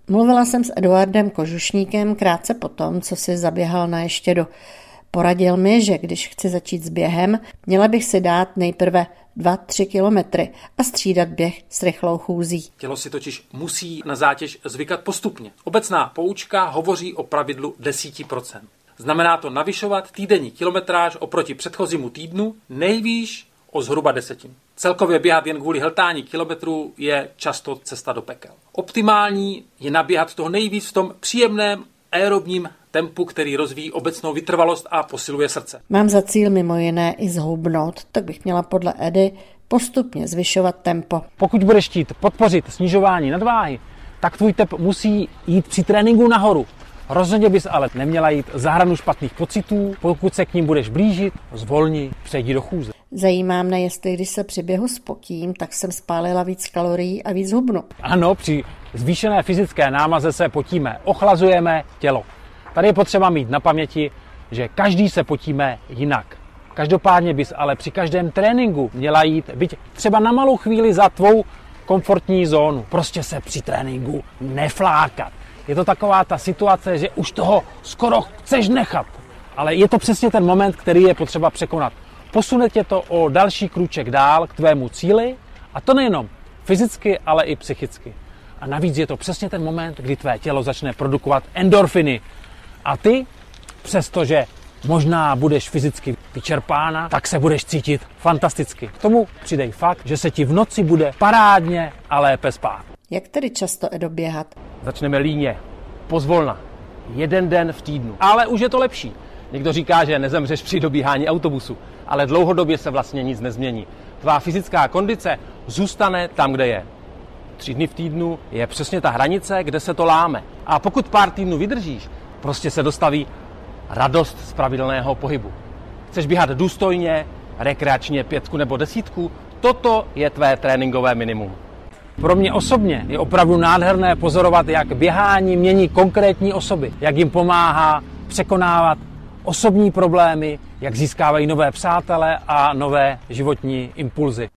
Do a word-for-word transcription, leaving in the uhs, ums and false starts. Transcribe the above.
Mluvila jsem s Eduardem Kožušníkem krátce potom, co si zaběhal na ještědu. Poradil mi, že když chci začít s během, měla bych si dát nejprve dva tři kilometry a střídat běh s rychlou chůzí. Tělo si totiž musí na zátěž zvykat postupně. Obecná poučka hovoří o pravidlu deset procent. Znamená to navyšovat týdenní kilometráž oproti předchozímu týdnu nejvýš o zhruba desetinu. Celkově běhat jen kvůli hltání kilometrů je často cesta do pekel. Optimální je naběhat toho nejvíc v tom příjemném aerobním tempu, který rozvíjí obecnou vytrvalost a posiluje srdce. Mám za cíl mimo jiné i zhubnout, tak bych měla podle Edy postupně zvyšovat tempo. Pokud budeš chtít podpořit snižování nadváhy, tak tvůj temp musí jít při tréninku nahoru. Rozhodně bys ale neměla jít za hranu špatných pocitů, pokud se k ním budeš blížit, zvolni, přejdi do chůze. Zajímá mne, jestli když se při běhu spotím, tak jsem spálila víc kalorií a víc hubnu. Ano, při zvýšené fyzické námaze se potíme, ochlazujeme tělo. Tady je potřeba mít na paměti, že každý se potíme jinak. Každopádně bys ale při každém tréninku měla jít, byť třeba na malou chvíli za tvou komfortní zónu. Prostě se při tréninku neflákat. Je to taková ta situace, že už toho skoro chceš nechat. Ale je to přesně ten moment, který je potřeba překonat. Posune tě to o další krůček dál k tvému cíli, a to nejenom fyzicky, ale i psychicky. A navíc je to přesně ten moment, kdy tvé tělo začne produkovat endorfiny. A ty, přestože možná budeš fyzicky vyčerpána, tak se budeš cítit fantasticky. K tomu přidej fakt, že se ti v noci bude parádně a lépe spát. Jak tedy často, Edo, běhat? Začneme líně, pozvolna, jeden den v týdnu. Ale už je to lepší. Někdo říká, že nezemřeš při dobíhání autobusu, ale dlouhodobě se vlastně nic nezmění. Tvá fyzická kondice zůstane tam, kde je. Tři dny v týdnu je přesně ta hranice, kde se to láme. A pokud pár týdnů vydržíš, prostě se dostaví radost z pravidelného pohybu. Chceš běhat důstojně, rekreačně pětku nebo desítku? Toto je tvé tréninkové minimum. Pro mě osobně je opravdu nádherné pozorovat, jak běhání mění konkrétní osoby, jak jim pomáhá překonávat osobní problémy, jak získávají nové přátele a nové životní impulzy.